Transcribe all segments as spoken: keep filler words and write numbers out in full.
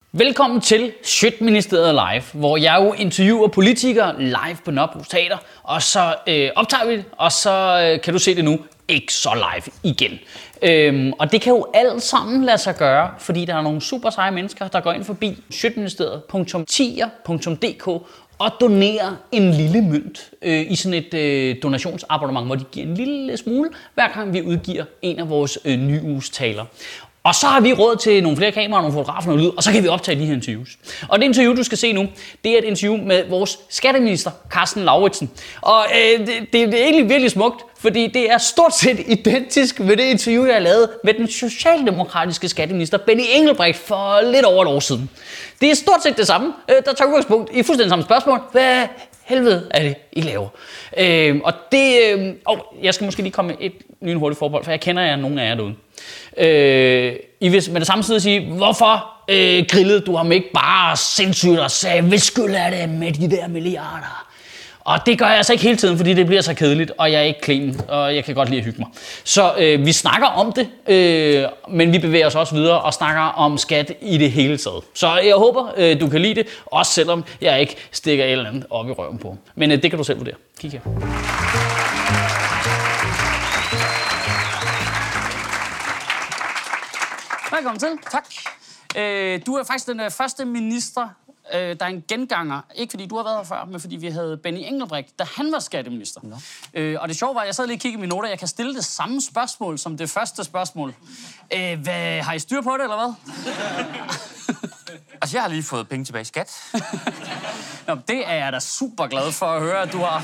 Velkommen til Sjøtministeriet Live, hvor jeg jo interviewer politikere live på Nørrebro Teater, og så øh, optager vi det, og så øh, kan du se det nu, ikke så live igen. Øhm, og det kan jo alt sammen lade sig gøre, fordi der er nogle super seje mennesker, der går ind forbi sjøtministeriet punktum tier punktum d k og donerer en lille mønt øh, i sådan et øh, donationsabonnement, hvor de giver en lille smule, hver gang vi udgiver en af vores øh, nyugestaler. Og så har vi råd til nogle flere kameraer, nogle fotografer og lyd, og så kan vi optage de her interviews. Og det interview, du skal se nu, det er et interview med vores skatteminister, Karsten Lauritzen. Og øh, det, det er egentlig virkelig smukt, fordi det er stort set identisk med det interview, jeg lavede med den socialdemokratiske skatteminister, Benny Engelbrecht, for lidt over et år siden. Det er stort set det samme, der tager udgangspunkt i fuldstændig samme spørgsmål. Hvad helvede er det, I laver? Øh, og det... Øh, oh, jeg skal måske lige komme med et lynhurtigt forbehold, for jeg kender jer, nogle af jer derude. Øh, I vil med det samme side sige, hvorfor øh, grillede du ham ikke bare sindssygt og sagde, hvis skyld er det med de der milliarder? Og det gør jeg altså ikke hele tiden, fordi det bliver så kedeligt, og jeg er ikke clean, og jeg kan godt lide at hygge mig. Så øh, vi snakker om det, øh, men vi bevæger os også videre og snakker om skat i det hele taget. Så jeg håber, øh, du kan lide det, også selvom jeg ikke stikker et eller andet op i røven på. Men øh, det kan du selv vurdere. Kig her. Velkommen til. Tak. Øh, du er faktisk den øh, første minister, øh, der er en genganger. Ikke fordi du har været her før, men fordi vi havde Benny Engelbrecht, da han var skatteminister. No. Øh, og det sjove var, at jeg sad lige og kiggede i mine noter. Jeg kan stille det samme spørgsmål som det første spørgsmål. Øh, hvad, har I styr på det, eller hvad? Altså, jeg har lige fået penge tilbage i skat. Nå, det er jeg da super glad for at høre, at du har.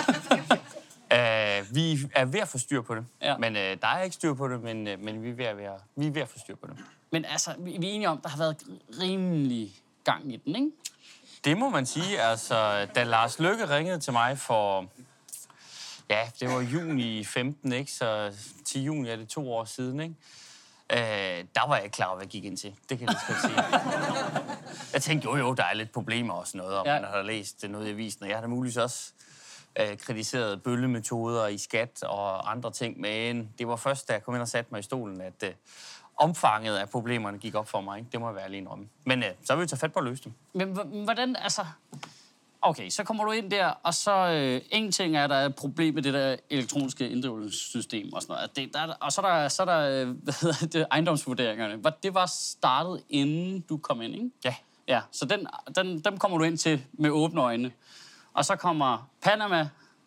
Uh, vi er ved at få styr på det, ja. men uh, der er ikke styr på det, men, uh, men vi, er ved at være, vi er ved at få styr på det. Men altså, vi, vi er enige om, at der har været rimelig gang i den, ikke? Det må man sige. Altså, da Lars Løkke ringede til mig for... Ja, det var juni femten, ikke? Så til juni er det to år siden, ikke? Uh, der var jeg ikke klar over, hvad jeg gik ind til. Det kan jeg lige sige. Jeg tænkte, jo jo, der er lidt problemer og sådan noget, om ja. man har læst noget i avisen, og jeg har da muligvis også... Øh, kritiseret bøllemetoder i skat og andre ting, men det var først, da jeg kom ind og satte mig i stolen, at øh, omfanget af problemerne gik op for mig. Ikke? Det må jeg være alene om. Men øh, så vil vi tage fat på at løse dem. Men hvordan, altså... Okay, så kommer du ind der, og så... Øh, en ting er, at der er et problem med det der elektroniske inddrivelsessystem og sådan noget. Det, der, og så er der, så er der hvad hedder det, ejendomsvurderingerne. Det var startet, inden du kom ind, ikke? Ja. Ja, så den, den, dem kommer du ind til med åbne øjne. Og så kommer Panama,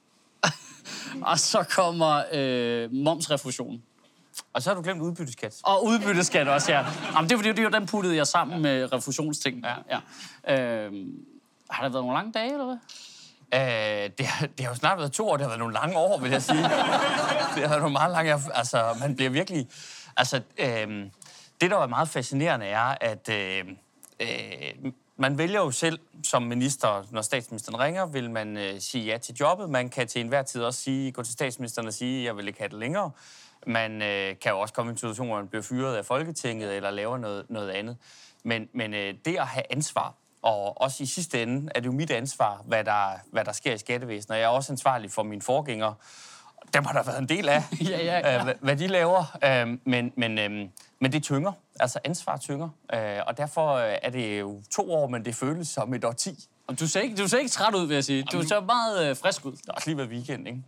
og så kommer øh, momsrefusion. Og så har du glemt udbytteskat. Og udbytteskat også, ja. Jamen, det er fordi, det er jo den puttede jeg sammen med refusionsting. Ja, ja. Øh, har der været nogle lange dage, eller hvad? Øh, det, har, det har jo snart været to år. Det har været nogle lange år, vil jeg sige. Det har været nogle meget lange... Altså, man bliver virkelig... Altså, øh, det, der er meget fascinerende, er, at... Øh, øh, Man vælger jo selv som minister, når statsministeren ringer, vil man øh, sige ja til jobbet. Man kan til enhver tid også sige, gå til statsministeren og sige, jeg vil ikke have det længere. Man øh, kan jo også komme i en situation, hvor man bliver fyret af Folketinget eller laver noget, noget andet. Men, men øh, det at have ansvar, og også i sidste ende er det jo mit ansvar, hvad der, hvad der sker i skattevæsenet. Og jeg er også ansvarlig for mine forgængere. Dem har der været en del af, ja, ja, øh, hvad, hvad de laver. Øh, men, men, øh, men det tynger. Altså ansvar tynger. Øh, og derfor er det jo to år, men det føles som et årti. Og du ser ikke, du ser ikke træt ud, vil jeg sige. Du ser meget øh, frisk ud. Det har også lige været weekend, ikke?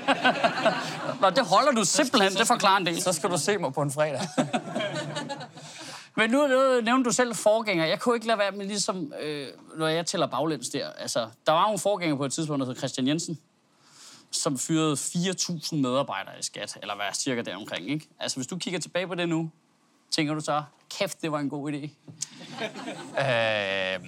Nå, det holder du simpelthen. Det forklarer en del. Så skal du se mig på en fredag. Men nu, nu nævnte du selv forgænger. Jeg kunne ikke lade være med ligesom, øh, når jeg tæller baglæns der. Altså, der var nogle forgænger på et tidspunkt, der hed Christian Jensen, som fyrede fire tusind medarbejdere i skat, eller hvad cirka deromkring, ikke? Altså, hvis du kigger tilbage på det nu, tænker du så, kæft, det var en god idé? øh...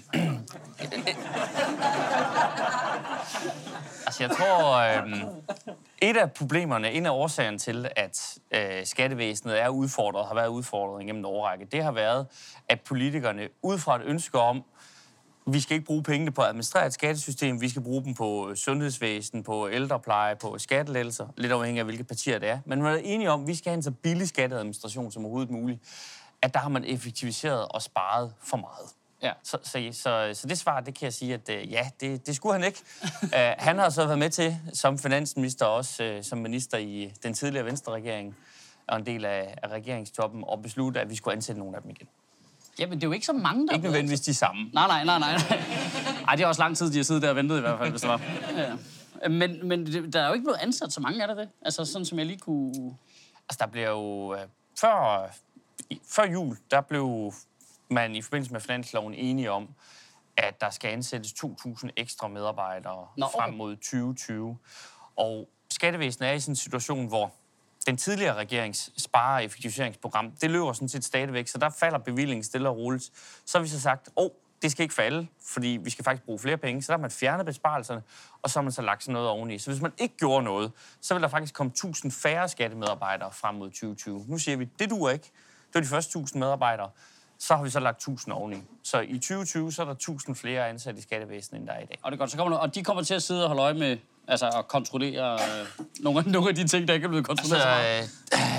altså, jeg tror, øh... et af problemerne, en af årsagerne til, at øh, skattevæsenet er udfordret, har været udfordret gennem en årrække, det har været, at politikerne ud fra et ønske om, vi skal ikke bruge pengene på at administrere et skattesystem, vi skal bruge dem på sundhedsvæsen, på ældrepleje, på skattelettelser, lidt afhængig af, hvilke partier det er. Men man er enige om, at vi skal have en så billig skatteadministration som overhovedet muligt, at der har man effektiviseret og sparet for meget. Ja. Så, så, så, så det svar, det kan jeg sige, at uh, ja, det, det skulle han ikke. uh, han har så været med til, som finansminister, også uh, som minister i den tidligere Venstre-regering, og en del af, af regeringstoppen, og beslutte, at vi skulle ansætte nogle af dem igen. Jamen, det er jo ikke så mange, der... Ikke nødvendigvis de samme. Nej, nej, nej, nej. Ej, det er også lang tid, de har siddet der og ventet i hvert fald, hvis det var. Ja. Men, men det, der er jo ikke blevet ansat så mange, er der det? Altså, sådan som jeg lige kunne... Altså, der blev jo... Øh, før, før jul, der blev man i forbindelse med finansloven enige om, at der skal ansættes to tusind ekstra medarbejdere Nå, okay. frem mod tyve tyve. Og skattevæsenet er i sådan en situation, hvor den tidligere regerings spare- og effektiviseringsprogram, det løber sådan set stadigvæk, så der falder bevillingen stille og roligt. Så har vi så sagt, åh, oh, det skal ikke falde, fordi vi skal faktisk bruge flere penge. Så der har man fjernet besparelserne, og så har man så lagt sådan noget oveni. Så hvis man ikke gjorde noget, så vil der faktisk komme tusind færre skattemedarbejdere frem mod tyve tyve. Nu siger vi, det duer ikke. Det var de første tusind medarbejdere. Så har vi så lagt tusind oveni. Så i tyve tyve, så er der tusind flere ansatte i skattevæsenet, end der er i dag. Og det er godt, så kommer der, og de kommer til at sidde og holde øje med, altså at kontrollere øh, nogle, af, nogle af de ting, der ikke er blevet kontrolleret altså, så meget.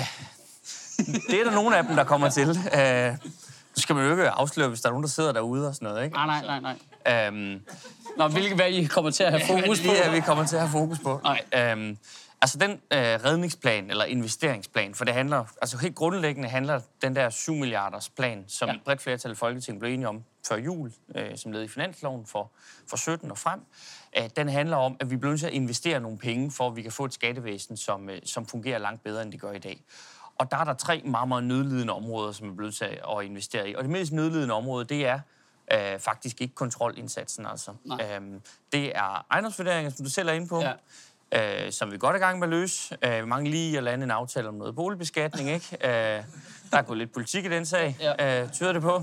Øh, det er der nogle af dem, der kommer til. Øh, nu skal man jo ikke afsløre, hvis der er nogen, der sidder derude og sådan noget, ikke? Nej, nej, nej, nej. Øhm, Nå, hvilket hvad I kommer til at have fokus på? Ja, vi kommer til at have fokus på. Nej. Øhm, altså den øh, redningsplan, eller investeringsplan, for det handler, altså helt grundlæggende handler den der syv milliarders plan, som ja. et bredt flertal i Folketinget blev enige om før jul, øh, som led i finansloven for, for sytten og frem. Øh, den handler om, at vi bliver nødt til at investere nogle penge, for at vi kan få et skattevæsen, som, øh, som fungerer langt bedre, end det gør i dag. Og der er der tre meget, meget nødlidende områder, som er blevet til at investere i. Og det mest nødlidende område, det er øh, faktisk ikke kontrolindsatsen. Altså. Øhm, det er ejendomsvurderinger, som du selv er inde på, ja. øh, som vi er godt i gang med at løse. Øh, vi mangler lige at lande en aftale om noget boligbeskatning, ikke? Øh, der er gået lidt politik i den sag, ja. øh, tyder det på.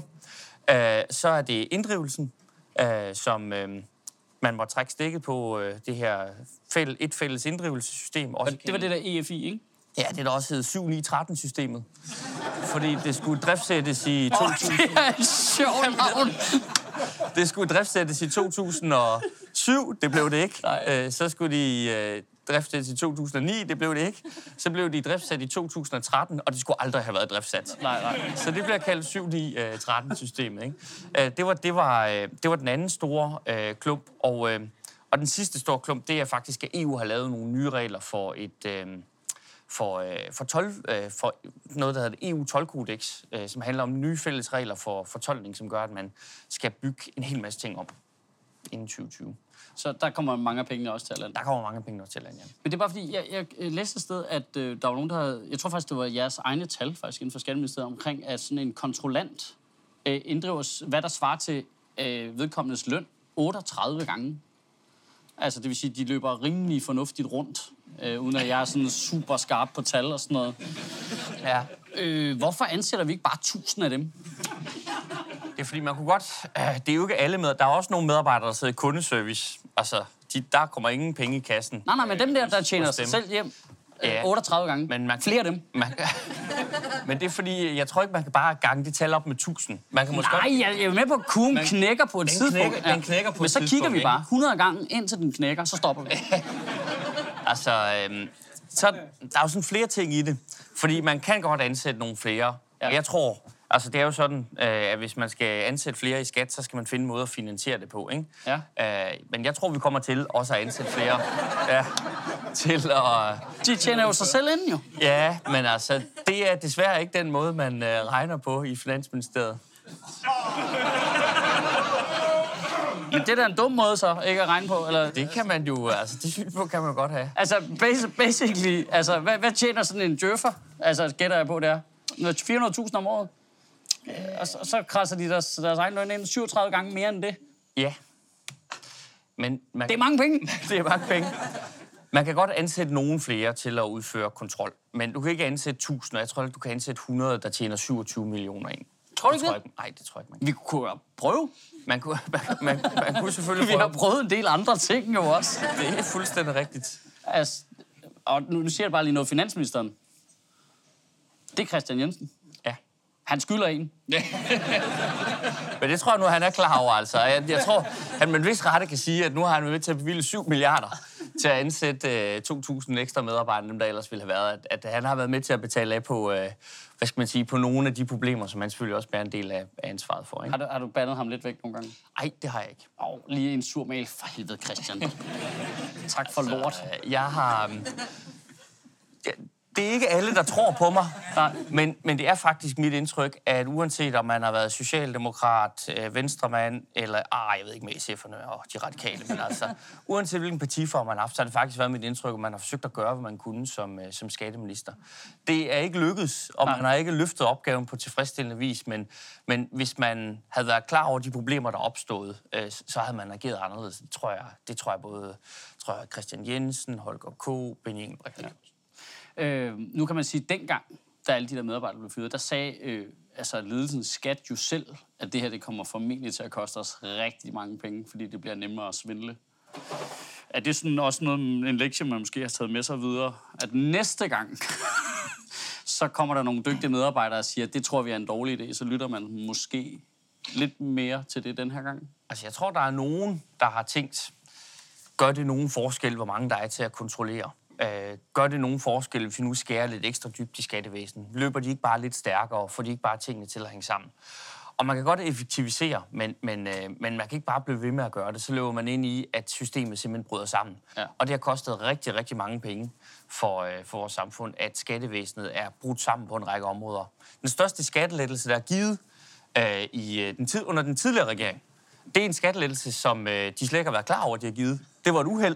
Øh, så er det inddrivelsen, øh, som øh, man må trække stikket på øh, det her fæl- et fælles inddrivelsessystem. Også det var det der E F I, ikke? Ja, det der også hed syv ni tretten systemet. Fordi det skulle driftsættes i to tusind... Åh, det er en sjov navn! Det skulle driftsættes i to tusind og syv, det blev det ikke. Nej. Så skulle de driftsættes i to tusind og ni, det blev det ikke. Så blev de driftsat i to tusind og tretten, og det skulle aldrig have været driftsat. Nej, nej. Så det bliver kaldt syv ni tretten systemet, ikke? Det var, det var, det var den anden store øh, klump, og, øh, og den sidste store klump, det er faktisk, at E U har lavet nogle nye regler for et... Øh, For, øh, for, tolv, øh, for noget, der hedder E U-toldkodex, øh, som handler om nye fælles regler for fortolkning, som gør, at man skal bygge en hel masse ting op inden tyve tyve. Så der kommer mange penge også til land? Der kommer mange penge også til land, ja. Men det er bare fordi, jeg, jeg læste et sted, at øh, der var nogen, der havde... Jeg tror faktisk, det var jeres egne tal, faktisk, inden for Skatteministeriet, omkring, at sådan en kontrollant øh, inddriver, hvad der svarer til øh, vedkommendes løn otteogtredive gange. Altså, det vil sige, at de løber rimelig fornuftigt rundt, øh, uden at jeg er sådan super skarp på tal og sådan noget. Ja. Øh, hvorfor ansætter vi ikke bare tusind af dem? Det er fordi, man kunne godt... Øh, det er jo ikke alle med. Der er også nogle medarbejdere, der sidder i kundeservice. Altså, de, der kommer ingen penge i kassen. Nej, nej, men dem der, der tjener sig selv hjem øh, ja. otteogtredive gange. Men man, flere af dem. Man, men det er fordi, jeg tror ikke, man kan bare gange det tal op med tusind. Man kan måske Nej, godt, jeg er med på, at kurven man, knækker på et den tidspunkt. Knækker, den knækker på men et så tidspunkt, kigger vi bare hundrede gange, indtil den knækker, så stopper vi. altså, øhm, så der er jo sådan flere ting i det. Fordi man kan godt ansætte nogle flere. Ja. Jeg tror, altså det er jo sådan, øh, at hvis man skal ansætte flere i skat, så skal man finde en måde at finansiere det på, ikke? Ja. Øh, men jeg tror, vi kommer til også at ansætte flere. Ja, til at... De tjener jo sig selv ind, jo. Ja, men altså, det er desværre ikke den måde, man øh, regner på i Finansministeriet. Men det er da en dum måde så, ikke at regne på, eller? Det kan man jo, altså det synspunkt kan man godt have. Altså, basically, altså, hvad, hvad tjener sådan en djøffer? Altså, gætter jeg på, det er fire hundrede tusind om året. Og så, så krasser de deres, deres egen løn ind syvogtredive gange mere end det. Ja. Men man, det er mange penge. Det er mange penge. Man kan godt ansætte nogen flere til at udføre kontrol, men du kan ikke ansætte tusind, og jeg tror ikke, du kan ansætte hundrede, der tjener syvogtyve millioner ind. Tror du ikke det? Nej, det tror jeg ikke, man kan. Vi kunne prøve. Man kunne, man, man, man kunne selvfølgelig prøve. Vi har prøvet en del andre ting jo også. Det er fuldstændig rigtigt. Altså, og nu, nu siger jeg bare lige noget. Finansministeren, det er Christian Jensen. Ja. Han skylder en. Men det tror jeg nu, han er klar over, altså. Jeg, jeg tror, han med en vis rette kan sige, at nu har han været med til at bevilge syv milliarder til at ansætte uh, to tusind ekstra medarbejdere, dem der ellers ville have været. At, at han har været med til at betale af på, uh, hvad skal man sige, på nogle af de problemer, som han selvfølgelig også bærer en del af, af ansvaret for. Ikke? Har, du, har du bandet ham lidt væk nogle gange? Nej, det har jeg ikke. Åh, oh, lige en sur mail. For helvede, Christian. Tak for lort. Så, uh, jeg har... Um, jeg, det er ikke alle, der tror på mig, men, men det er faktisk mit indtryk, at uanset om man har været socialdemokrat, øh, venstremand, eller, ah, jeg ved ikke med S F'erne og de radikale, men altså, uanset hvilken partiform man har haft, så har det faktisk været mit indtryk, at man har forsøgt at gøre, hvad man kunne som, øh, som skatteminister. Det er ikke lykkedes, og man har ikke løftet opgaven på tilfredsstillende vis, men, men hvis man havde været klar over de problemer, der opstod, øh, så havde man ageret anderledes. Det tror jeg, det tror jeg både tror jeg, Christian Jensen, Holger K., Benny Engelbrecht. Ja. Øh, nu kan man sige, at dengang, da alle de der medarbejdere blev fyret, der sagde øh, altså ledelsen skat jo selv, at det her det kommer formentlig til at koste os rigtig mange penge, fordi det bliver nemmere at svindle. Er det sådan også noget, en lektie, man måske har taget med sig videre? At næste gang, så kommer der nogle dygtige medarbejdere og siger, at det tror vi er en dårlig idé, så lytter man måske lidt mere til det den her gang? Altså, jeg tror, der er nogen, der har tænkt, gør det nogen forskel, hvor mange der er til at kontrollere? Øh, gør det nogen forskel, hvis vi nu skærer lidt ekstra dybt i skattevæsenet? Løber de ikke bare lidt stærkere? Får de ikke bare tingene til at hænge sammen? Og man kan godt effektivisere, men, men, øh, men man kan ikke bare blive ved med at gøre det. Så løber man ind i, at systemet simpelthen bryder sammen. Ja. Og det har kostet rigtig, rigtig mange penge for, øh, for vores samfund, at skattevæsenet er brudt sammen på en række områder. Den største skattelettelse, der er givet øh, i, øh, den tid, under den tidligere regering, det er en skattelettelse, som øh, de slet ikke har været klar over, at de har givet. Det var et uheld.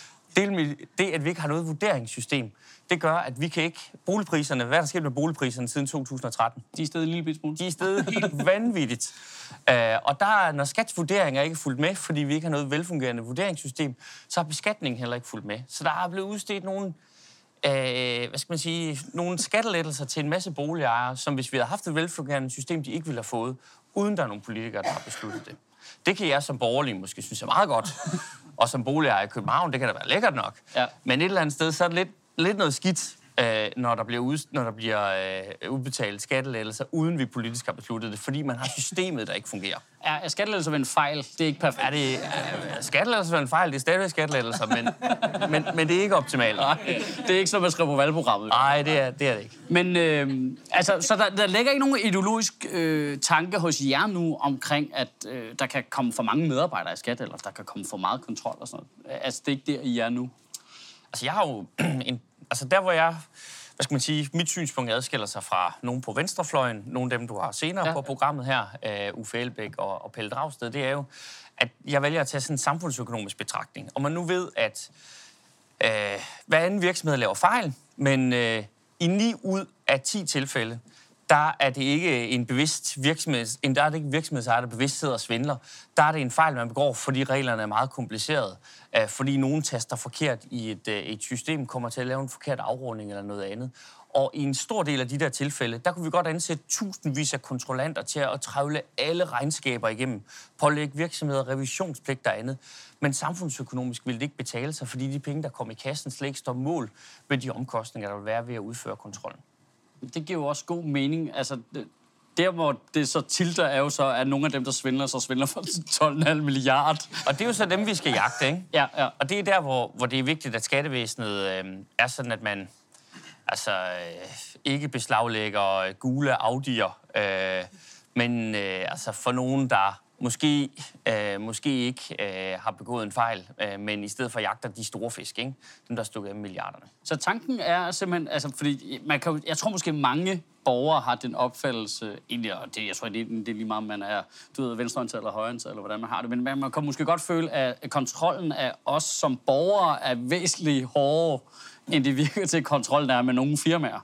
Det, at vi ikke har noget vurderingssystem, det gør, at vi kan ikke... Boligpriserne, hvad er der sket med boligpriserne siden to tusind og tretten? De er steget en lille smule. De er steget helt vanvittigt. Uh, og der, når skatsvurderinger ikke er fulgt med, fordi vi ikke har noget velfungerende vurderingssystem, så har beskatningen heller ikke fulgt med. Så der er blevet udstedt nogle, uh, hvad skal man sige, nogle skattelettelser til en masse boligejere, som hvis vi havde haft et velfungerende system, de ikke ville have fået, uden der er nogle politikere, der har besluttet det. Det kan jeg som borgerlig måske synes er meget godt. Og som boligejer i København, det kan da være lækkert nok. Ja. Men et eller andet sted, så er det lidt, lidt noget skidt, øh, når der bliver, ud, når der bliver øh, udbetalt skattelettelser, uden vi politisk har besluttet det, fordi man har systemet, der ikke fungerer. Ja, er skattelettelser ved en fejl? Det er ikke perfekt. Er det er skattelettelser ved en fejl? Det er stadigvæk skattelettelser, men, men, men det er ikke optimalt. Nej, det er ikke som at skrive på valgprogrammet. Nej, det er det, er det ikke. Men øh, altså, så der, der ligger ikke nogen ideologisk øh, tanke hos jer nu omkring, at øh, der kan komme for mange medarbejdere i skat, eller der kan komme for meget kontrol og sådan noget. Altså, det er ikke der, I er nu? Altså, jeg har jo en... Altså, der hvor jeg... Hvad skal man sige? Mit synspunkt adskiller sig fra nogen på venstrefløjen, nogle af dem, du har senere ja. på programmet her, uh, Uffe Elbæk og, og Pelle Dragsted, det er jo, at jeg vælger at tage sådan en samfundsøkonomisk betragtning. Og man nu ved, at uh, hver anden virksomhed laver fejl, men uh, i ni ud af ti tilfælde, der er det ikke en bevidst virksomhed, der er det ikke virksomhedsejer, der bevidst sidder og svindler. Der er det en fejl, man begår, fordi reglerne er meget komplicerede. Fordi nogen taster forkert i et, et system, kommer til at lave en forkert afrunding eller noget andet. Og i en stor del af de der tilfælde, der kunne vi godt ansætte tusindvis af kontrollanter til at trævle alle regnskaber igennem, pålægge virksomheder, revisionspligt og andet. Men samfundsøkonomisk ville det ikke betale sig, fordi de penge, der kom i kassen, slet ikke står mål med de omkostninger, der vil være ved at udføre kontrollen. Det giver jo også god mening. Altså, der hvor det så tilter er jo så, at nogle af dem, der svindler, så svindler for tolv komma fem milliarder. Og det er jo så dem, vi skal jagte, ikke? Ja, ja. Og det er der, hvor, hvor det er vigtigt, at skattevæsenet øh, er sådan, at man altså, øh, ikke beslaglægger gule Audi'er, øh, men øh, altså for nogen, der måske, øh, måske ikke øh, har begået en fejl, øh, men i stedet for jagter de store fisk, ikke? Dem, der stod af milliarderne. Så tanken er simpelthen, altså, fordi man kan, jeg tror måske mange borgere har den opfattelse, egentlig, og det, jeg tror, det, det er lige meget, man er, du ved, venstreorienteret eller højreorienteret, eller hvordan man har det, men man, man kan måske godt føle, at kontrollen af os som borgere er væsentligt hårdere, end det virker til kontrollen er med nogle firmaer.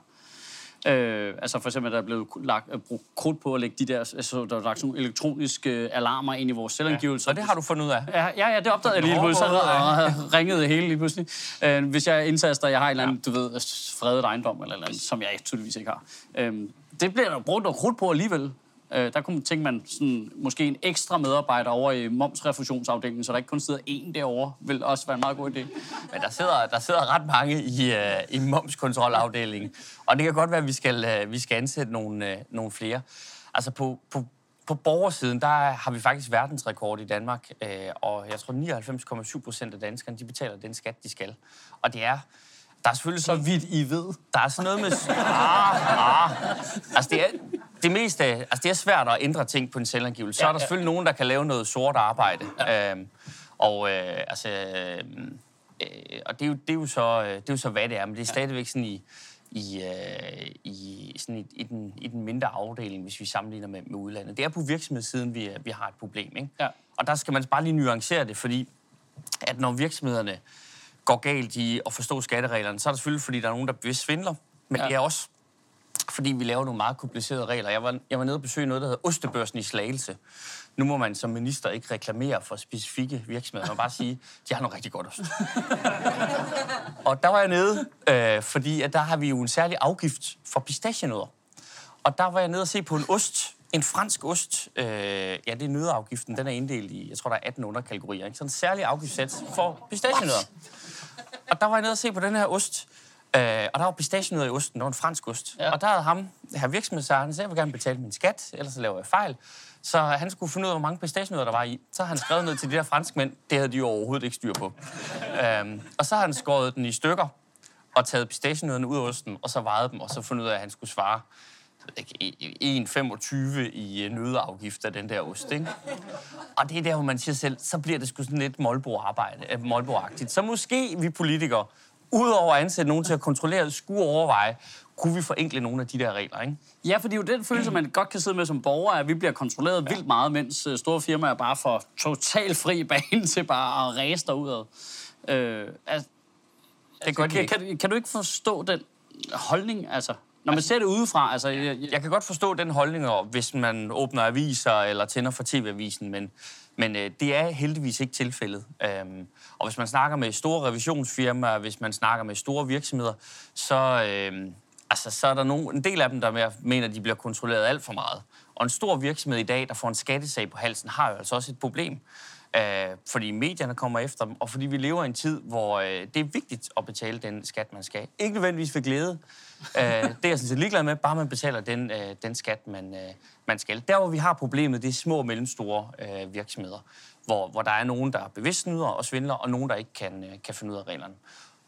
Øh, altså for eksempel, der er blevet lagt, brugt krudt på at lægge de der, altså, der er lagt nogle elektroniske alarmer ind i vores selvangivelse. Ja, og det har du fundet ud af? Ja, ja, ja det opdagede jeg lige pludselig, og ringede det hele lige pludselig. Øh, hvis jeg indtaster, jeg har en eller anden, ja. du ved, fredet ejendom, eller, eller andet, som jeg tydeligvis ikke har. Øh, det bliver der brugt noget krudt på alligevel. Øh, der kunne man tænke, man sådan, måske en ekstra medarbejder over i momsrefusionsafdelingen, så der ikke kun sidder én derovre, vil også være en meget god idé. Men der sidder, der sidder ret mange i, uh, i momskontrolafdelingen, og det kan godt være, at vi skal, uh, vi skal ansætte nogle, uh, nogle flere. Altså på, på, på borgersiden, der har vi faktisk verdensrekord i Danmark, uh, og jeg tror nioghalvfems komma syv procent af danskerne, de betaler den skat, de skal. Og det er... Der er selvfølgelig så vidt I ved. Der er sådan noget med... Ah, ah. Altså, det er, det, meste, altså, det er svært at ændre ting på en selvangivelse. Så ja, er der ja. selvfølgelig nogen, der kan lave noget sort arbejde. Ja. Øhm, og, øh, altså, øh, og det, er jo, det, er jo så, det er jo så, hvad det er. Men det er stadigvæk sådan i, i, øh, i, sådan i, i, den, i den mindre afdeling, hvis vi sammenligner med, med udlandet. Det er på virksomhedssiden, vi, vi har et problem. Ikke? Ja. Og der skal man bare lige nuancere det, fordi at når virksomhederne går galt i at forstå skattereglerne, så er det selvfølgelig, fordi der er nogen, der bevidst svindler, men ja. det er også fordi vi laver nogle meget komplicerede regler. Jeg var, jeg var nede og besøge noget, der hedder Ostebørsen i Slagelse. Nu må man som minister ikke reklamere for specifikke virksomheder. Man må bare sige, de har noget rigtig godt ost. Og der var jeg nede, øh, fordi at der har vi jo en særlig afgift for pistachienødder. Og der var jeg nede og se på en ost, en fransk ost. Øh, ja, det er nøddeafgiften. Den er inddelt i, jeg tror, der er atten underkategorier. Ikke? Så en særlig afgiftssats for pistachienødder. Og der var jeg nede og se på den her ost. Øh, og der var pistachienødder i osten, der var en fransk ost. Ja. Og der havde ham, her virksomhedsejeren, så jeg vil gerne betale min skat, ellers så laver jeg fejl. Så han skulle finde ud af, hvor mange pistachienødder der var i. Så har han skrevet ned til de der franskmænd, det havde de jo overhovedet ikke styr på. øhm, og så har han skåret den i stykker, og taget pistachienødderne ud af osten, og så vejede dem, og så fundet ud af, at han skulle svare en komma femogtyve i nøddeafgift af den der ost, ikke? Og det er der, hvor man siger selv, så bliver det sgu sådan lidt Molbo-arbejde, Molbo-agtigt. Så måske vi politikere, udover at ansætte nogen til at kontrollere, skulle overveje, kunne vi forenkle nogle af de der regler, ikke? Ja, for det er jo den følelse, man godt kan sidde med som borger, at vi bliver kontrolleret ja. vildt meget, mens store firmaer bare får totalt fri bane til bare at ræse derudad. Øh, altså, det kan, kan, kan, kan du ikke forstå den holdning, altså, når man altså, ser det udefra? Altså, jeg, jeg... jeg kan godt forstå den holdning, hvis man åbner aviser eller tænder for T V-avisen, men, men øh, det er heldigvis ikke tilfældet. Øhm, og hvis man snakker med store revisionsfirmaer, hvis man snakker med store virksomheder, så... Øh, Altså, så er der nogen, en del af dem, der mener, at de bliver kontrolleret alt for meget. Og en stor virksomhed i dag, der får en skattesag på halsen, har jo altså også et problem. Øh, fordi medierne kommer efter dem, og fordi vi lever i en tid, hvor øh, det er vigtigt at betale den skat, man skal. Ikke nødvendigvis for glæde. Øh, det er jeg sådan set ligeglad med, bare man betaler den, øh, den skat, man, øh, man skal. Der, hvor vi har problemet, det er små og mellemstore øh, virksomheder, hvor, hvor der er nogen, der er bevidst snyder og svindler, og nogen, der ikke kan, øh, kan finde ud af reglerne.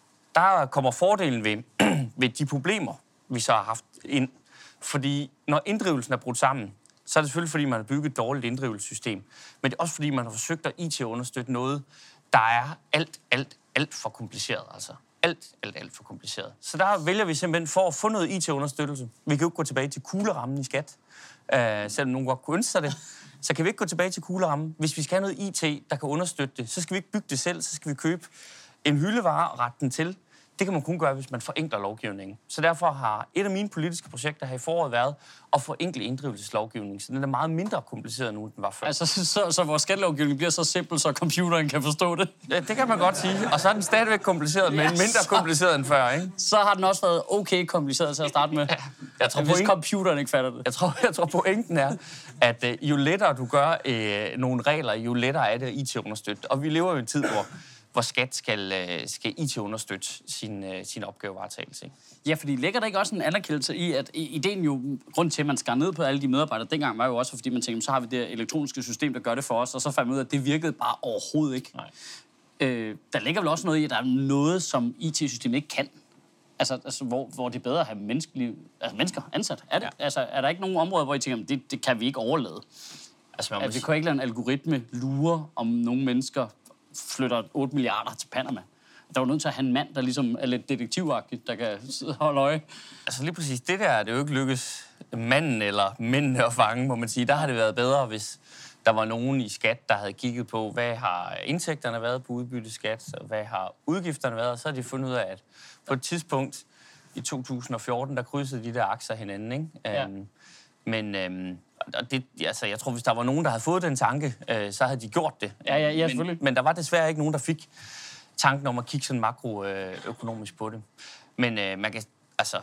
Der kommer fordelen ved, ved de problemer, vi så har haft ind. Fordi når inddrivelsen er brudt sammen, så er det selvfølgelig, fordi man har bygget et dårligt inddrivelsessystem. Men det er også, fordi man har forsøgt at I T-understøtte noget, der er alt, alt, alt for kompliceret. Altså alt, alt, alt for kompliceret. Så der vælger vi simpelthen for at få noget I T-understøttelse. Vi kan jo ikke gå tilbage til kuglerammen i skat, øh, selvom nogen godt kunne ønske sig det. Så kan vi ikke gå tilbage til kuglerammen. Hvis vi skal have noget I T, der kan understøtte det, så skal vi ikke bygge det selv, så skal vi købe en hyldevare og rette den til. Det kan man kun gøre, hvis man forenkler lovgivningen. Så derfor har et af mine politiske projekter her i foråret været at forenkle inddrivelseslovgivningen, så den er meget mindre kompliceret nu, end den var før. Altså, så, så vores skattelovgivning bliver så simpel, så computeren kan forstå det? Ja, det kan man godt sige. Og så er den stadigvæk kompliceret, men ja, mindre så... kompliceret end før, ikke? Så har den også været okay kompliceret til at starte med. Ja, jeg tror, hvis point... computeren ikke fatter det. Jeg tror, jeg tror pointen er, at øh, jo lettere du gør øh, nogle regler, jo lettere er det at I T-understøtte. Og vi lever jo i en tid, hvor hvor skat skal, skal I T-understøtte sin, sin opgavevaretagelse. Ikke? Ja, fordi ligger der ikke også en anerkendelse i, at ideen jo, grund til, at man skar ned på alle de medarbejdere dengang, var jo også, fordi man tænkte, så har vi det elektroniske system, der gør det for os, og så fandt man ud af, at det virkede bare overhovedet ikke. Nej. Øh, der ligger vel også noget i, at der er noget, som I T-systemet ikke kan. Altså, altså hvor, hvor det er bedre at have menneskelige, altså mennesker ansat. Er, det? Ja. Altså, er der ikke nogen områder, hvor I tænker, det, det kan vi ikke overlade? Altså, man må... altså, vi kan ikke lade en algoritme lure, om nogle mennesker flytter otte milliarder til Panama. Der var nødt til at have en mand, der ligesom er lidt detektivagtig, der kan sidde og holde øje. Altså lige præcis det der, det er jo ikke lykkes manden eller mændene at fange, må man sige. Der har det været bedre, hvis der var nogen i skat, der havde kigget på, hvad har indtægterne været på udbytteskat, og hvad har udgifterne været, og så har de fundet ud af, at på et tidspunkt i to tusind og fjorten, der krydsede de der akser hinanden, ikke? Ja. Um, men... Um, Og det, altså, jeg tror, hvis der var nogen, der havde fået den tanke, øh, så havde de gjort det. Ja, ja, ja, selvfølgelig. Men, men der var desværre ikke nogen, der fik tanken om at kigge sådan makroøkonomisk øh, på det. Men øh, man kan, altså,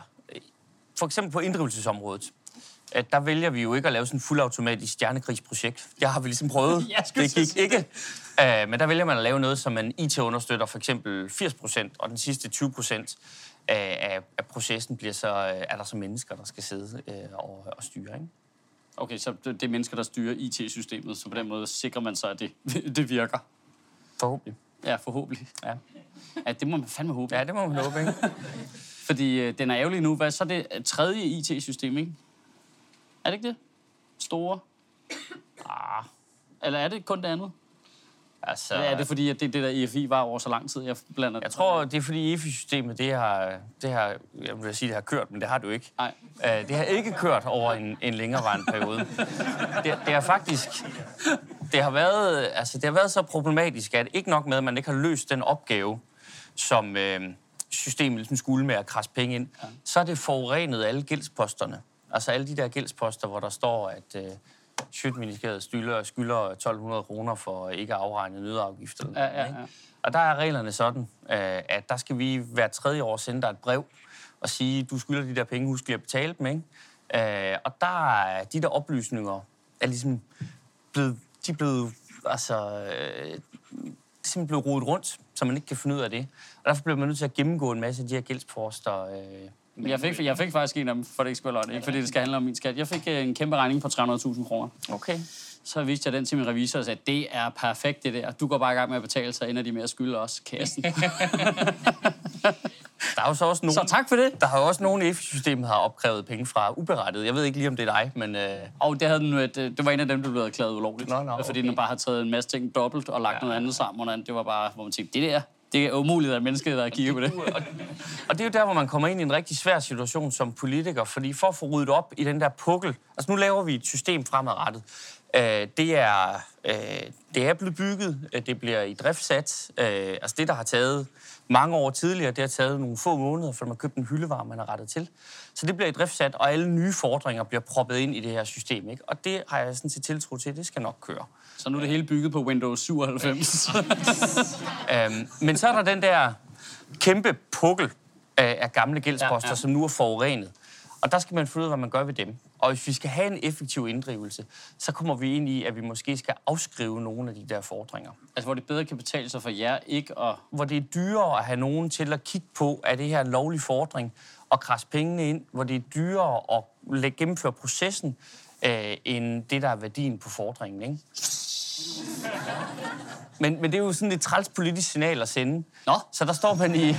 for eksempel på inddrivelsesområdet, øh, der vælger vi jo ikke at lave sådan et fuldautomatisk stjernekrigsprojekt. Det har vi ligesom prøvet. Det gik ikke. Øh, men der vælger man at lave noget, som man I T-understøtter, for eksempel firs procent, og den sidste tyve procent af, af processen bliver så, er der så mennesker, der skal sidde øh, og, og styre, ikke? Okay, så det er mennesker, der styrer I T-systemet, så på den måde sikrer man sig, at det, det virker. Forhåbentlig. Ja, forhåbentlig. Ja. Ja, det må man fandme håbe. Ja, det må man håbe, ikke? Fordi øh, den er ærgerlig nu. Hvad så er det tredje I T-system, ikke? Er det ikke det? Store? Ah. Eller er det kun det andet? Altså, Ja, er det fordi, at det, det der E F I var over så lang tid, jeg blander Jeg tror, det er fordi E F I-systemet, det har, det har, jeg vil sige, det har kørt, men det har du ikke. Nej. Uh, det har ikke kørt over en, en længerevarende periode. Det, det har faktisk, det har været, altså, det har været så problematisk, at ikke nok med, at man ikke har løst den opgave, som øh, systemet ligesom skulle med at krasse penge ind, ja. Så er det forurenet alle gældsposterne. Altså alle de der gældsposter, hvor der står, at øh, Sjøtministeriet skylder, skylder tolv hundrede kroner for ikke at afregne nødafgifter. Ja, ja, ja. Og der er reglerne sådan, øh, at der skal vi hver tredje år sende dig et brev og sige, du skylder de der penge, husk lige at betale dem, ikke? Øh, og der er de der oplysninger, er ligesom blevet, de er blevet, altså, øh, simpelthen blevet rodet rundt, så man ikke kan finde ud af det. Og derfor bliver man nødt til at gennemgå en masse af de her gældsposter. Øh, Jeg fik, jeg fik faktisk en af dem, for det ikke skulle være løgn. Ikke fordi det skal handle om min skat. Jeg fik en kæmpe regning på tre hundrede tusind kroner. Okay. Så viste jeg den til min revisor og sagde, det er perfekt det der. Du går bare i gang med at betale, så ender de med at skylde os kassen. Der er jo så også nogen, så tak for det. Der har jo også nogen, E F I-systemet har opkrævet penge fra uberettiget. Jeg ved ikke lige, om det er dig, men... Øh... Og det, havde den, det, det var en af dem, der blev erklæret ulovligt. Nå, nå, okay. Fordi den bare har taget en masse ting dobbelt og lagt ja. noget andet sammen. Og det var bare, hvor man tænkte, det der, det er umuligt, at mennesker, der kigger på det. og, og det er jo der, hvor man kommer ind i en rigtig svær situation som politiker. Fordi for at få ryddet op i den der pukkel... Altså nu laver vi et system fremadrettet. Øh, det, er, øh, det er blevet bygget, det bliver i driftsat. Øh, altså det, der har taget mange år tidligere, det har taget nogle få måneder, for man har købt en hyldevare, man har rettet til. Så det bliver i driftsat, og alle nye fordringer bliver proppet ind i det her system. Ikke? Og det har jeg sådan set tiltro til, det skal nok køre. Så nu er det hele bygget på Windows syvoghalvfems. øhm, men så er der den der kæmpe pukkel af, af gamle gældsposter, ja, ja. som nu er forurenet. Og der skal man finde ud af, hvad man gør ved dem. Og hvis vi skal have en effektiv inddrivelse, så kommer vi ind i, at vi måske skal afskrive nogle af de der fordringer. Altså, hvor det bedre kan betale sig for jer, ikke? Og hvor det er dyrere at have nogen til at kigge på, er det her en lovlig fordring, og krasse pengene ind, hvor det er dyrere at lægge, gennemføre processen, øh, end det, der er værdien på fordringen, ikke? Men, men det er jo sådan et træls politisk signal at sende. Nå. Så der står man i...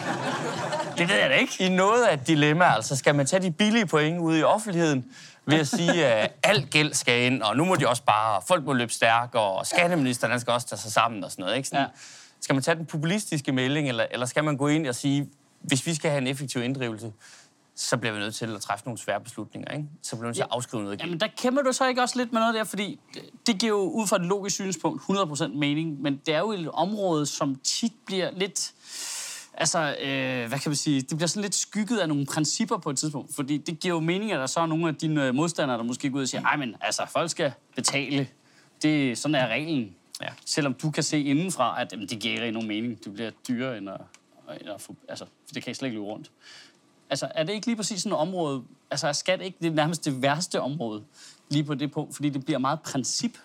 Det ved jeg da ikke. I noget af et dilemma, altså skal man tage de billige point ude i offentligheden ved at sige, at alt gæld skal ind, og nu må de også bare, folk må løbe stærk, og skatteministeren skal også tage sig sammen og sådan noget, ikke? Sådan, ja. Skal man tage den populistiske melding, eller, eller skal man gå ind og sige, hvis vi skal have en effektiv inddrivelse, så bliver vi nødt til at træffe nogle svære beslutninger, ikke? Så bliver vi nødt til at afskrive noget. Jamen, der kæmper du så ikke også lidt med noget der, fordi det, det giver jo ud fra et logisk synspunkt hundrede procent mening, men det er jo et område, som tit bliver lidt... Altså, øh, hvad kan man sige, det bliver sådan lidt skygget af nogle principper på et tidspunkt, fordi det giver jo mening, at der så er nogle af dine modstandere, der måske går ud og siger, ej, men altså, folk skal betale. Det, sådan er reglen. Ja. Selvom du kan se indenfra, at jamen, det giver ikke nogen mening. Det bliver dyrere end at, end at få, altså, det kan I slet ikke løbe rundt. Altså, er det ikke lige præcis sådan et område, altså er skat ikke det nærmest det værste område lige på det punkt, fordi det bliver meget princip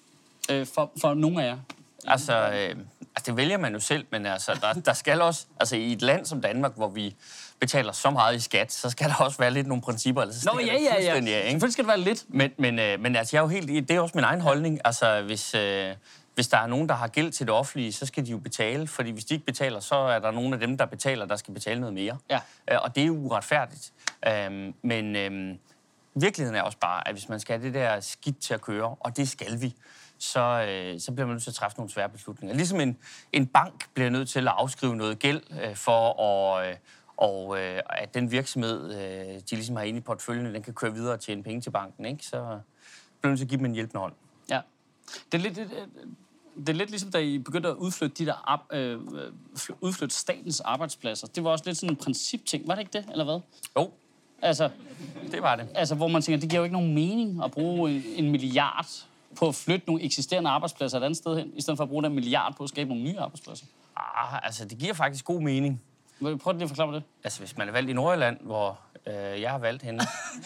øh, for, for nogle af jer? Altså, øh, altså, det vælger man jo selv, men altså, der, der skal også, altså i et land som Danmark, hvor vi betaler så meget i skat, så skal der også være lidt nogle principper. Altså, Nå, ja, ja, ja. Selvfølgelig skal det være lidt. Men, men, øh, men altså, jeg er jo helt, det er også min egen holdning. Altså, hvis, øh, hvis der er nogen, der har gæld til det offentlige, så skal de jo betale, fordi hvis de ikke betaler, så er der nogen af dem, der betaler, der skal betale noget mere. Ja. Øh, og det er jo uretfærdigt. Øh, men øh, virkeligheden er også bare, at hvis man skal have det der skidt til at køre, og det skal vi, så, øh, så bliver man nødt til at træffe nogle svære beslutninger. Ligesom en, en bank bliver nødt til at afskrive noget gæld øh, for at, øh, og, øh, at den virksomhed, øh, de ligesom har inde i portføljen, den kan køre videre og tjene penge til banken, ikke? Så bliver man nødt til at give dem en hjælpende hånd. Ja. Det er lidt, det, det er lidt ligesom, da I begyndte at udflytte, de der, øh, udflytte statens arbejdspladser. Det var også lidt sådan en principting, var det ikke det, eller hvad? Jo. Altså, det var det. Altså, hvor man tænker, det giver jo ikke nogen mening at bruge en, en milliard på at flytte nogle eksisterende arbejdspladser et andet sted hen, i stedet for at bruge den milliard på at skabe nogle nye arbejdspladser. Ah, altså, det giver faktisk god mening. Prøv lige at forklare mig det. Altså, hvis man er valgt i Nordjylland, hvor øh, jeg har valgt hende,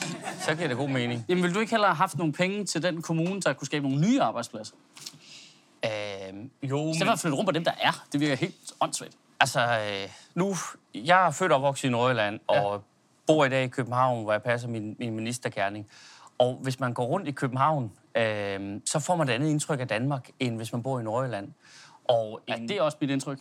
så giver det god mening. Jamen, vil du ikke heller have haft nogle penge til den kommune, der kunne skabe nogle nye arbejdspladser? Øh, jo, men... I stedet for at flytte rundt på dem, der er. Det virker helt åndssvagt. Altså, øh, nu... Jeg er født og vokset i Nordjylland, ja. og bor i dag i København, hvor jeg passer min, min ministergerning. Og hvis man går rundt i København, øh, så får man et andet indtryk af Danmark, end hvis man bor i Nordjylland. Og ja, en... det er også mit indtryk.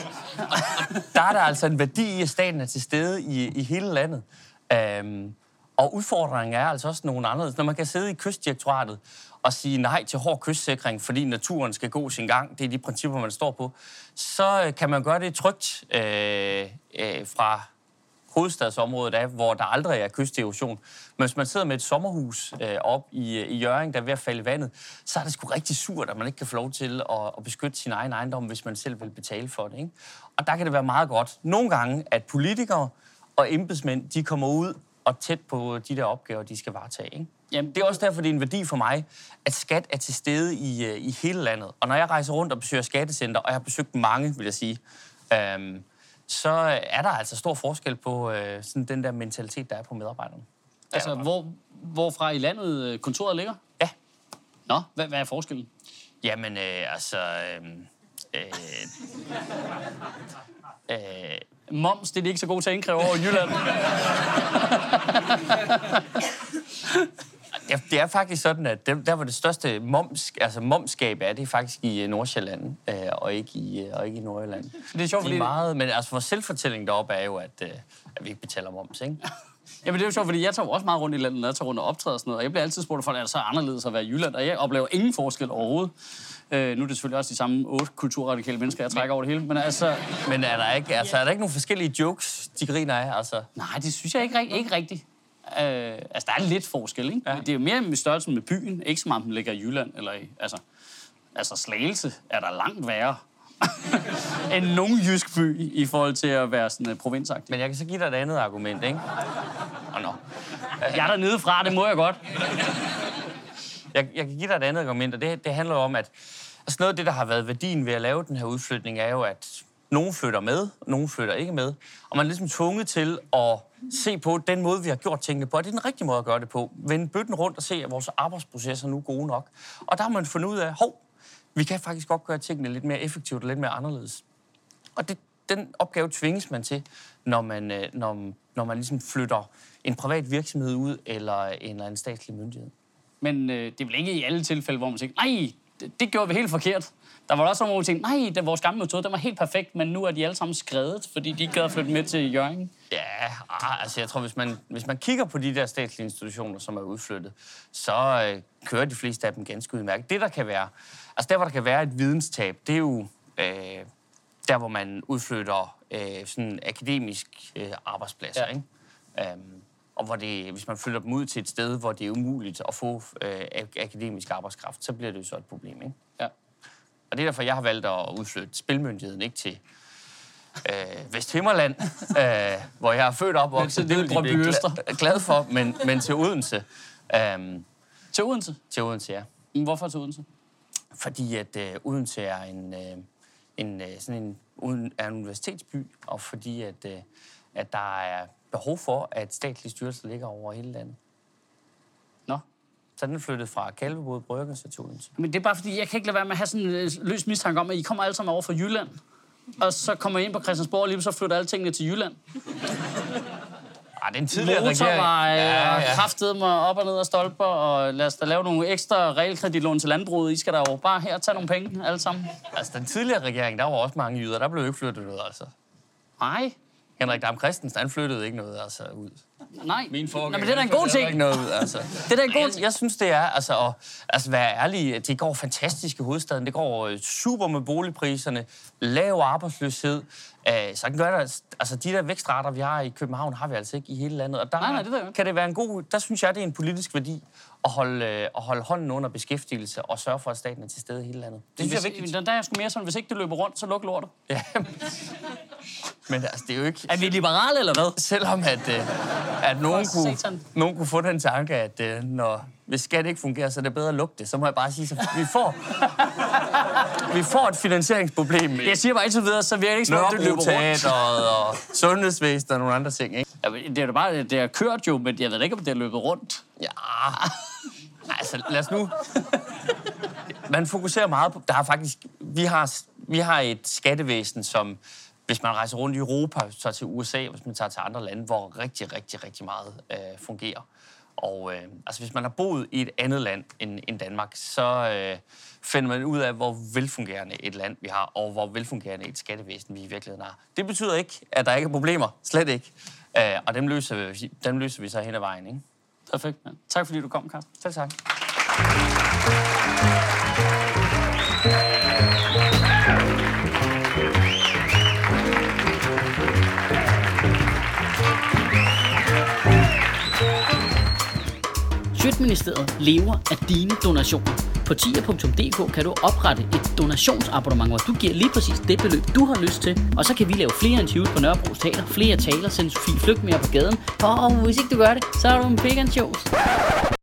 Der er der altså en værdi i, at staten er til stede i, i hele landet. Øhm, Og udfordringen er altså også nogle anderledes. Når man kan sidde i Kystdirektoratet og sige nej til hård kystsikring, fordi naturen skal gå sin gang, det er de principper, man står på, så kan man gøre det trygt øh, øh, fra hovedstadsområdet af, hvor der aldrig er kysterosion. Men hvis man sidder med et sommerhus øh, op i, i Hjørring, der er ved at falde i vandet, så er det sgu rigtig surt, at man ikke kan få lov til at, at beskytte sin egen ejendom, hvis man selv vil betale for det. Ikke? Og der kan det være meget godt nogle gange, at politikere og embedsmænd, de kommer ud og tæt på de der opgaver, de skal varetage. Ikke? Jamen, det er også derfor, det er en værdi for mig, at skat er til stede i, i hele landet. Og når jeg rejser rundt og besøger skattecenter, og jeg har besøgt mange, vil jeg sige, øhm, så er der altså stor forskel på øh, sådan den der mentalitet, der er på medarbejderne. Altså, hvor, hvorfra i landet kontoret ligger? Ja. Nå, hvad, hvad er forskellen? Jamen, øh, altså... Øh, øh, øh, Moms, det er de ikke så gode til at indkræve over i Jylland. Ja, det er faktisk sådan, at der, der hvor det største moms, altså momskab er, det er faktisk i Nordsjælland, øh, og, ikke i, øh, og ikke i Nordjylland. Det er sjovt, fordi... meget, men altså vores selvfortælling deroppe er jo, at, øh, at vi ikke betaler moms, ikke? Jamen det er jo sjovt, fordi jeg tager jo også meget rundt i landet, når jeg tager rundt og optræder og sådan noget, og jeg bliver altid spurgt, for er det så anderledes at være i Jylland, og jeg oplever ingen forskel overhovedet. Øh, nu er det selvfølgelig også de samme otte kulturradikale mennesker, jeg trækker over det hele, men altså... Men er der ikke, altså, er der ikke nogle forskellige jokes, de griner af, altså? Nej, det synes jeg ikke, ikke rigtigt. Øh, altså, der er lidt forskel, ikke? Ja. Det er jo mere med størrelsen med byen, ikke som om den ligger i Jylland, eller i... Altså, altså Slagelse er der langt værre end nogen jysk by i forhold til at være sådan uh, provinsagtig. Men jeg kan så give dig et andet argument, ikke? Oh, no. Jeg er dernede fra, det må jeg godt. Jeg, jeg kan give dig et andet argument, og det, det handler om, at altså noget af det, der har været værdien ved at lave den her udflytning, er jo, at nogen flytter med, og nogen flytter ikke med. Og man er ligesom tvunget til at se på den måde, vi har gjort tingene på. Og det er den rigtige måde at gøre det på. Vende bøtten rundt og se, at vores arbejdsprocesser nu er gode nok. Og der har man fundet ud af, hov, vi kan faktisk godt gøre tingene lidt mere effektivt og lidt mere anderledes. Og det, den opgave tvinges man til, når man, når, når man ligesom flytter en privat virksomhed ud, eller en eller anden statslig myndighed. Men øh, det er vel ikke i alle tilfælde, hvor man tænker, nej, det, det gjorde vi helt forkert. Der var også nogle, hvor vi tænkte, nej, det, vores gamle metode, den var helt perfekt, men nu er de alle sammen skredet, fordi de ikke gad at flytte med til Hjørring. Ja, altså jeg tror, hvis man, hvis man kigger på de der statslige institutioner, som er udflyttet, så øh, kører de fleste af dem ganske udmærket. Det, der kan være, altså der, hvor der kan være et videnstab, det er jo øh, der, hvor man udflytter øh, sådan akademisk øh, arbejdspladser, ja. Ikke? Um, og hvor det, hvis man flytter dem ud til et sted, hvor det er umuligt at få øh, akademisk arbejdskraft, så bliver det jo så et problem, ikke? Ja. Og det er derfor, jeg har valgt at udflytte spilmyndigheden, ikke til øh, Vesthimmerland, øh, hvor jeg er født op og vokset. Det vil de blive glad, glad for, men, men til Odense. Um, til Odense? Til Odense, ja. Hvorfor til Odense? Fordi at øh, Odense er en, øh, en, øh, sådan en, uden, er en universitetsby, og fordi at, øh, at der er behov for, at statslige styrelser ligger over hele landet. Nå. Så den er flyttet fra Kalvebod Brygge til Odense. Men det er bare fordi, jeg kan ikke lade være med at have sådan en løs mistanke om, at I kommer alle sammen over fra Jylland, og så kommer I ind på Christiansborg, og lige så flytter alle tingene til Jylland. Ah, det er en tidligere regering. Motorvej, ja, ja. Kraftede mig op og ned af stolper, og lad os da lave nogle ekstra realkreditlån til landbruget. I skal da jo bare her tage nogle penge, alle sammen. Altså, den tidligere regering, der var også mange jyder. Der blev ikke flyttet noget, altså. Nej. Henrik Dam Christensen, han flyttede ikke noget, altså, ud. Nej. Min forgænger, Nå, men det er da en god ting. Ikke noget ud, altså. Det er da en god ting. Jeg, jeg synes, det er, altså, at altså, være ærlig, det går fantastisk i hovedstaden. Det går super med boligpriserne, lav arbejdsløshed. Uh, så gør der, altså, de der vækstrater, vi har i København, har vi altså ikke i hele landet. Og der nej, nej, det der, kan det være en god, der synes jeg, det er en politisk værdi at holde, uh, at holde hånden under beskæftigelse og sørge for, at staten er til stede i hele landet. Det synes hvis, jeg er vigtigt. Der er jeg sgu mere sådan, hvis ikke det løber rundt, så luk lortet. Ja. Men altså, det er jo ikke... Er vi liberale, eller hvad? Selvom at, øh, at nogen, kunne, nogen kunne få den tanke, at øh, når, hvis skat ikke fungerer, så er det bedre at lukke det. Så må jeg bare sige, så vi får, vi får et finansieringsproblem. Jeg siger bare indtil videre, så virker det ikke som om, det løber rundt. og, og sundhedsvæsen og nogle andre ting, ikke? Ja, det er jo bare, det er kørt jo, men jeg ved ikke, om det er løbet rundt. Ja, altså lad os nu... Man fokuserer meget på... Der er faktisk... Vi har, vi har et skattevæsen, som... Hvis man rejser rundt i Europa, så til U S A, hvis man tager til andre lande, hvor rigtig, rigtig, rigtig meget øh, fungerer. Og øh, altså, hvis man har boet i et andet land end, end Danmark, så øh, finder man ud af, hvor velfungerende et land vi har, og hvor velfungerende et skattevæsen vi i virkeligheden har. Det betyder ikke, at der ikke er problemer. Slet ikke. Øh, og dem løser, vi, dem løser vi så hen ad vejen, ikke? Perfekt, mand. Tak fordi du kom, Carsten. Selv tak. Sjøtministeriet lever af dine donationer. På tier punktum d k kan du oprette et donationsabonnement, hvor du giver lige præcis det beløb, du har lyst til. Og så kan vi lave flere interviews på Nørrebro Teater, flere taler, sende Sofie Flygt mere på gaden. Og hvis ikke du gør det, så er du en vegan shows.